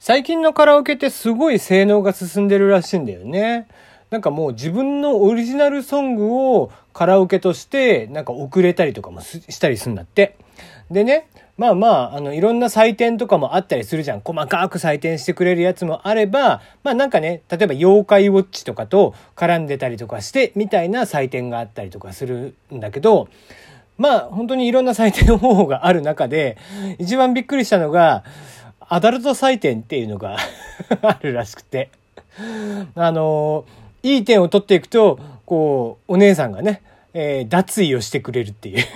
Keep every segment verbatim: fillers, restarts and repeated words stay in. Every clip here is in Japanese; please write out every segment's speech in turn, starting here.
最近のカラオケってすごい性能が進んでるらしいんだよね。なんかもう自分のオリジナルソングをカラオケとしてなんか送れたりとかもしたりするんだって。でね、まあまあ、あのいろんな採点とかもあったりするじゃん。細かく採点してくれるやつもあれば、まあなんかね、例えば妖怪ウォッチとかと絡んでたりとかしてみたいな採点があったりとかするんだけど、まあ本当にいろんな採点方法がある中で一番びっくりしたのがアダルト採点っていうのがあるらしくて、あのいい点を取っていくとこうお姉さんがね、えー、脱衣をしてくれるっていう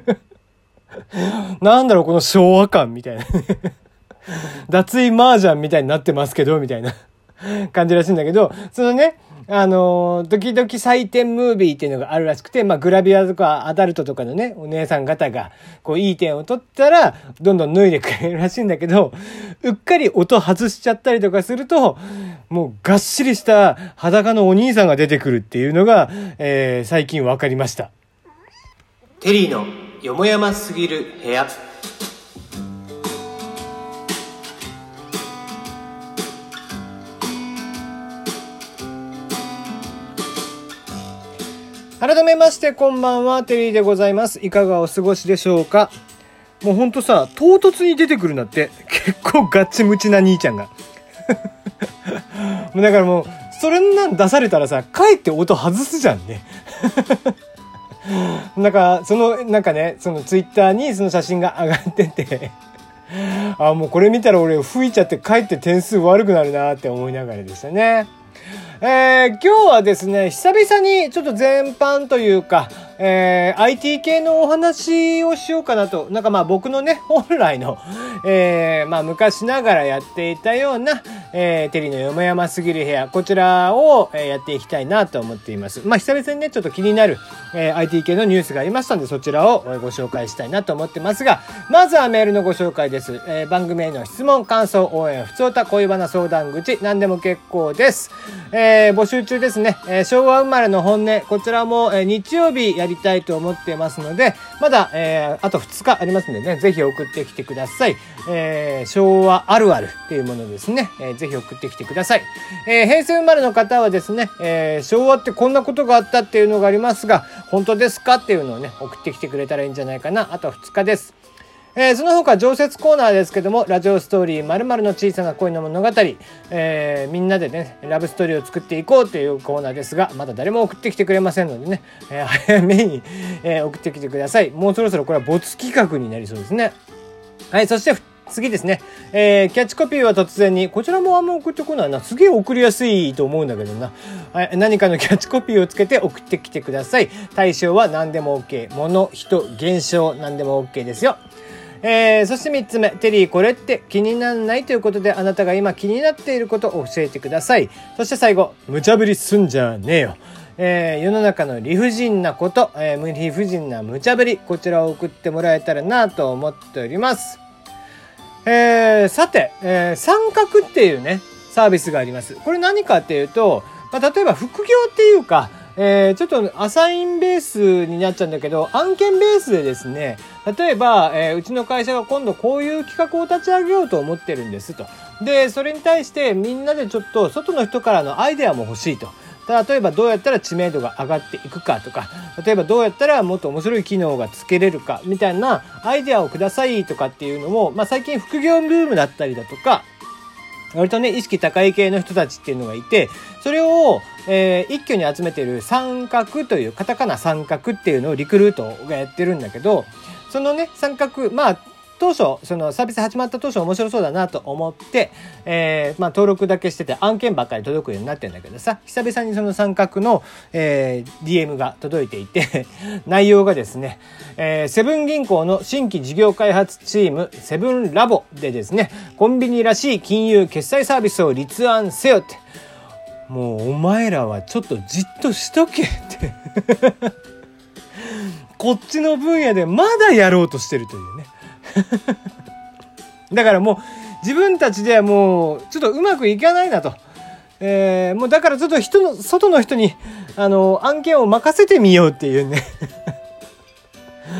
なんだろうこの昭和感みたいな脱衣麻雀みたいになってますけどみたいな感じらしいんだけど、そのねあのー、時々採点ムービーっていうのがあるらしくて、まあ、グラビアとかアダルトとかのね、お姉さん方が、こう、いい点を取ったら、どんどん脱いでくれるらしいんだけど、うっかり音外しちゃったりとかすると、もう、がっしりした裸のお兄さんが出てくるっていうのが、えー、最近分かりました。テリーのよもやますぎる部屋。改めましてこんばんは、テリーでございます。いかがお過ごしでしょうか。もうほんとさ、唐突に出てくるんだって。結構ガッチムチな兄ちゃんがだからもうそれなん出されたらさ、かえって音外すじゃんねなんかそのなんかね、そのツイッターにその写真が上がっててあ、もうこれ見たら俺吹いちゃってかえって点数悪くなるなって思いながらでしたね。えー、今日はですね、久々にちょっと全般というか、えー、アイティー 系のお話をしようかなと。なんかまあ僕のね、本来の、えー、まあ昔ながらやっていたような、えー、テリーのよもやますぎる部屋、こちらを、えー、やっていきたいなと思っています。まあ久々にね、ちょっと気になる、えー、アイティー 系のニュースがありましたので、そちらをご紹介したいなと思ってますが、まずはメールのご紹介です。えー、番組への質問、感想、応援、ふつおた、恋バナ相談口、何でも結構です。えー、募集中ですね。えー、昭和生まれの本音、こちらも、えー、日曜日やりたいと思ってますので、まだ、えー、あとふつかありますのでね、ぜひ送ってきてください。えー、昭和あるあるっていうものですね。えー、ぜひ送ってきてください。えー、平成生まれの方はですね、えー、昭和ってこんなことがあったっていうのがありますが、本当ですかっていうのをね、送ってきてくれたらいいんじゃないかな。あとふつかです。えー、その他常設コーナーですけども、ラジオストーリー〇〇の小さな恋の物語、えー、みんなでねラブストーリーを作っていこうというコーナーですが、まだ誰も送ってきてくれませんのでね、えー、早めに、えー、送ってきてください。もうそろそろこれは没企画になりそうですね。はい、そして次ですね、えー、キャッチコピーは突然に、こちらもあんま送ってこないな。すげえ送りやすいと思うんだけどな。はい、何かのキャッチコピーをつけて送ってきてください。対象は何でも OK。物、人、現象、何でも OK ですよ。えー、そしてみっつめ、テリーこれって気にならないということで、あなたが今気になっていることを教えてください。そして最後、無茶ぶりすんじゃねえよ。えー、世の中の理不尽なこと、えー、理不尽な無茶ぶり、こちらを送ってもらえたらなと思っております。えー、さて、えー、三角っていうねサービスがあります。これ何かっていうと、まあ、例えば副業っていうか、えー、ちょっとアサインベースになっちゃうんだけど、案件ベースでですね、例えば、えー、うちの会社が今度こういう企画を立ち上げようと思ってるんですと。で、それに対してみんなでちょっと外の人からのアイデアも欲しいと。例えばどうやったら知名度が上がっていくかとか、例えばどうやったらもっと面白い機能がつけれるかみたいなアイデアをくださいとかっていうのも、まあ最近副業ブームだったりだとか、割とね意識高い系の人たちっていうのがいて、それを、えー、一挙に集めている三角というカタカナ三角っていうのをリクルートがやってるんだけど、そのね三角、まあ当初そのサービス始まった当初面白そうだなと思って、えーまあ、登録だけしてて案件ばっかり届くようになってるんだけどさ、久々にその三角の、えー、ディーエム が届いていて内容がですね、えー、セブン銀行の新規事業開発チームセブンラボでですね、コンビニらしい金融決済サービスを立案せよって、もうお前らはちょっとじっとしとけってこっちの分野でまだやろうとしてるというねだからもう自分たちではもうちょっとうまくいかないなと、えー、もうだからちょっと人の外の人にあの案件を任せてみようっていうね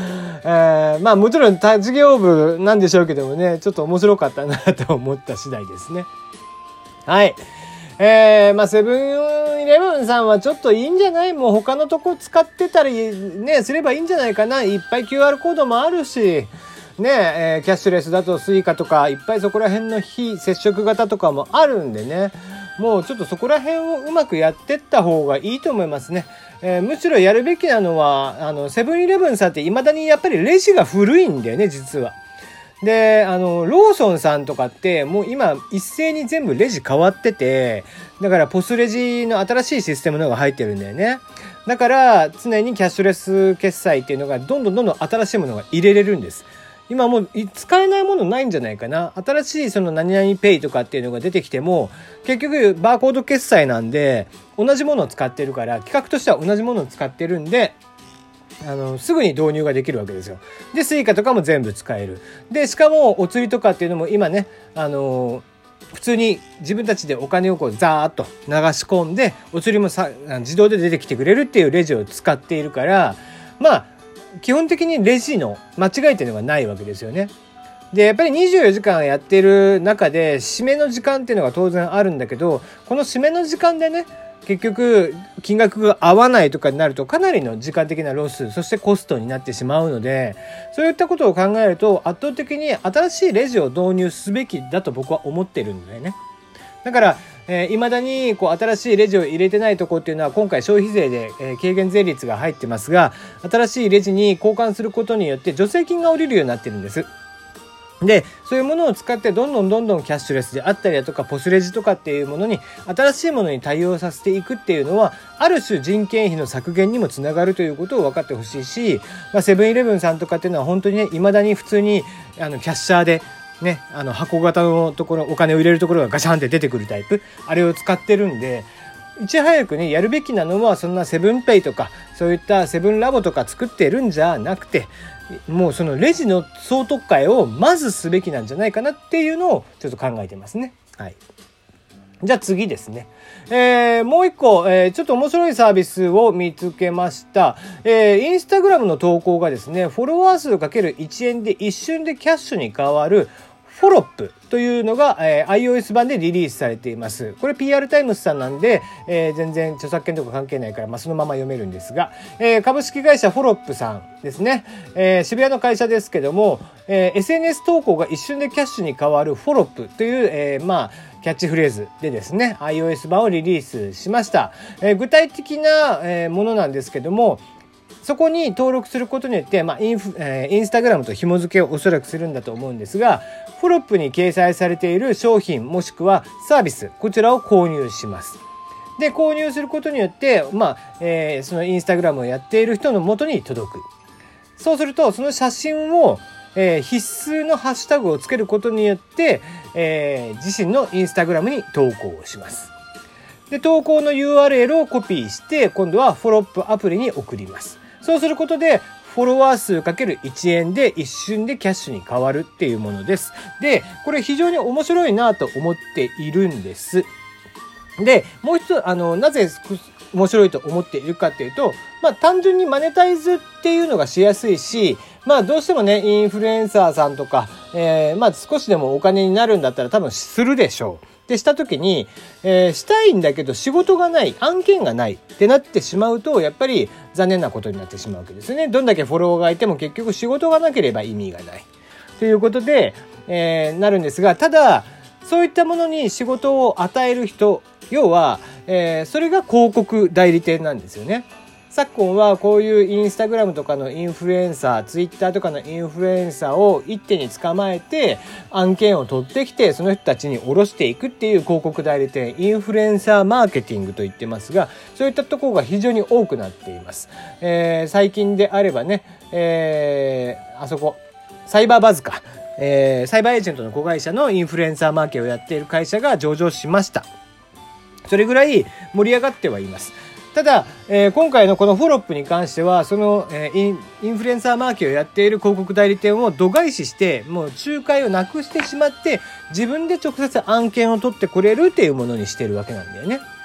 えー、まあもちろん他事業部なんでしょうけどもね、ちょっと面白かったなと思った次第ですね。はい。えー、まあセブンイレブンさんはちょっといいんじゃない？もう他のとこ使ってたりね、すればいいんじゃないかな。いっぱい キューアール コードもあるし、ねえー、キャッシュレスだとスイカとかいっぱいそこら辺の非接触型とかもあるんでね、もうちょっとそこら辺をうまくやってった方がいいと思いますね。えー、むしろやるべきなのは、あの、セブンイレブンさんって未だにやっぱりレジが古いんだよね、実は。で、あの、ローソンさんとかってもう今一斉に全部レジ変わってて、だからポスレジの新しいシステムのが入ってるんだよね。だから常にキャッシュレス決済っていうのがどんどんどんどん新しいものが入れれるんです。今もう使えないものないんじゃないかな。新しいその何々ペイとかっていうのが出てきても、結局バーコード決済なんで同じものを使ってるから、企画としては同じものを使ってるんで、あのすぐに導入ができるわけですよ。でスイカとかも全部使える。でしかもお釣りとかっていうのも今ね、あの普通に自分たちでお金をこうザーッと流し込んで、お釣りもさ自動で出てきてくれるっていうレジを使っているから、まあ基本的にレジの間違いっていうのがないわけですよね。でやっぱりにじゅうよじかんやってる中で締めの時間っていうのが当然あるんだけど、この締めの時間でね、結局金額が合わないとかになるとかなりの時間的なロス、そしてコストになってしまうので、そういったことを考えると圧倒的に新しいレジを導入すべきだと僕は思ってるんだよね。だからえー、未だにこう新しいレジを入れてないところっていうのは今回消費税で、えー、軽減税率が入ってますが、新しいレジに交換することによって助成金が下りるようになってるんです。でそういうものを使ってどんどんどんどんキャッシュレスであったりだとかポスレジとかっていうものに、新しいものに対応させていくっていうのはある種人件費の削減にもつながるということを分かってほしいし、まあ、セブンイレブンさんとかっていうのは本当にね、未だに普通にあのキャッシャーでね、あの箱型のところ、お金を入れるところがガシャンって出てくるタイプ、あれを使ってるんで、いち早くねやるべきなのは、そんなセブンペイとかそういったセブンラボとか作ってるんじゃなくて、もうそのレジの総特会をまずすべきなんじゃないかなっていうのをちょっと考えてますね。はい。じゃあ次ですね。えー、もう一個、えー、ちょっと面白いサービスを見つけました。えー、インスタグラムの投稿がですね、フォロワー数かけるいちえんで一瞬でキャッシュに変わるフォロップというのが、えー、iOS 版でリリースされています。これ ピーアール タイムスさんなんで、えー、全然著作権とか関係ないから、まあ、そのまま読めるんですが、えー、株式会社フォロップさんですね、えー、渋谷の会社ですけども、えー、エスエヌエス 投稿が一瞬でキャッシュに変わるフォロップという、えー、まあキャッチフレーズでですね iOS 版をリリースしました。えー、具体的な、えー、ものなんですけども、そこに登録することによって、まあインフえー、インスタグラムと紐付けをおそらくするんだと思うんですが、フォロップに掲載されている商品もしくはサービス、こちらを購入します。で購入することによって、まあえー、そのインスタグラムをやっている人の元に届く。そうするとその写真を、えー、必須のハッシュタグをつけることによって、えー、自身のインスタグラムに投稿します。で投稿の ユーアールエル をコピーして今度はフォロップアプリに送ります。そうすることでフォロワー数 ×いち 円で一瞬でキャッシュに変わるっていうものです。でこれ非常に面白いなと思っているんです。でもう一つ、あのなぜ面白いと思っているかっていうと、まあ単純にマネタイズっていうのがしやすいし、まあどうしてもねインフルエンサーさんとか、えー、まあ少しでもお金になるんだったら多分するでしょう。でした時に、えー、したいんだけど仕事がない、案件がないってなってしまうと、やっぱり残念なことになってしまうわけですね。どんだけフォロワーがいても結局仕事がなければ意味がないということで、えー、なるんですが、ただそういったものに仕事を与える人、要は、えー、それが広告代理店なんですよね。昨今はこういうインスタグラムとかのインフルエンサー、ツイッターとかのインフルエンサーを一手に捕まえて案件を取ってきて、その人たちに下ろしていくっていう広告代理店、インフルエンサーマーケティングと言ってますが、そういったところが非常に多くなっています。えー、最近であればね、えー、あそこサイバーバズか、えー、サイバーエージェントの子会社のインフルエンサーマーケをやっている会社が上場しました。それぐらい盛り上がってはいます。ただ、えー、今回のこのフォロップに関しては、その、えー、イン、インフルエンサーマーケをやっている広告代理店を度外視して、もう仲介をなくしてしまって、自分で直接案件を取ってくれるっていうものにしてるわけなんだよね。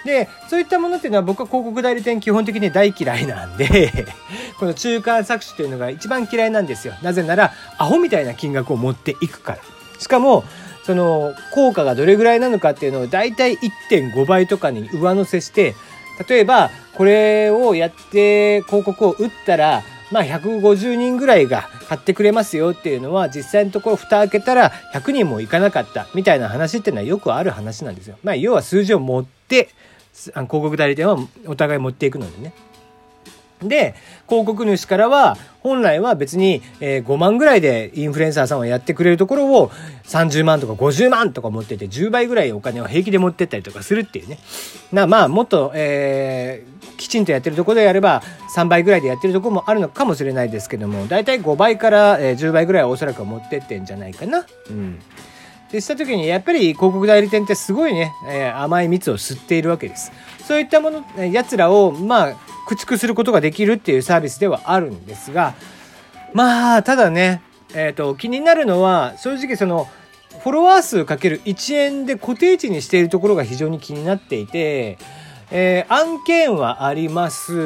で、そういったものっていうのは僕は広告代理店基本的に大嫌いなんで、この中間搾取というのが一番嫌いなんですよ。なぜなら、アホみたいな金額を持っていくから。しかも、その効果がどれぐらいなのかっていうのをだいたい いってんご 倍とかに上乗せして、例えばこれをやって広告を打ったら、まあひゃくごじゅうにんぐらいが買ってくれますよっていうのは、実際のところ蓋開けたらひゃくにんもいかなかったみたいな話っていうのはよくある話なんですよ。まあ要は数字を持って広告代理店はお互い持っていくのでね。で、広告主からは本来は別にごまんぐらいでインフルエンサーさんはやってくれるところをさんじゅうまんとかごじゅうまんとか持ってて、じゅうばいぐらいお金を平気で持ってったりとかするっていうね。なまあもっと、えー、きちんとやってるところでやればさんばいぐらいでやってるところもあるのかもしれないですけども、だいたいごばいからじゅうばいぐらいはおそらく持ってってんじゃないかな。うんでした時にやっぱり広告代理店ってすごいね、えー、甘い蜜を吸っているわけです。そういったもの奴らをまあ駆逐することができるっていうサービスではあるんですが、まあただね、えーと、気になるのは正直そのフォロワー数かけるいちえんで固定値にしているところが非常に気になっていて、えー、案件はあります。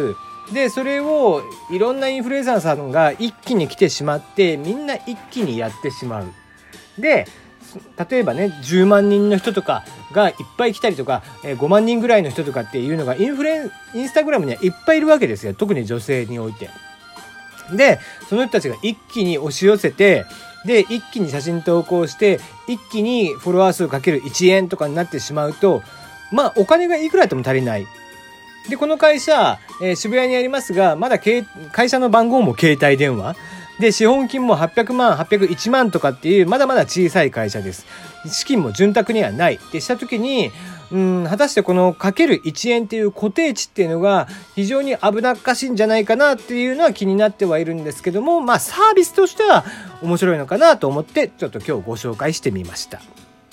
でそれをいろんなインフルエンサーさんが一気に来てしまってみんな一気にやってしまう。で例えばねじゅうまんにんの人とかがいっぱい来たりとか、えー、ごまんにんぐらいの人とかっていうのがインフレインスタグラムにはいっぱいいるわけですよ。特に女性において。でその人たちが一気に押し寄せて、で一気に写真投稿して一気にフォロワー数かけるいちえんとかになってしまうと、まあお金がいくらあっても足りない。でこの会社、えー、渋谷にありますが、まだ会社の番号も携帯電話で資本金もはっぴゃくまんはっぴゃくいちまんとかっていうまだまだ小さい会社です。資金も潤沢にはないってした時に、うん果たしてこのかけるいちえんっていう固定値っていうのが非常に危なっかしいんじゃないかなっていうのは気になってはいるんですけども、まあサービスとしては面白いのかなと思ってちょっと今日ご紹介してみました。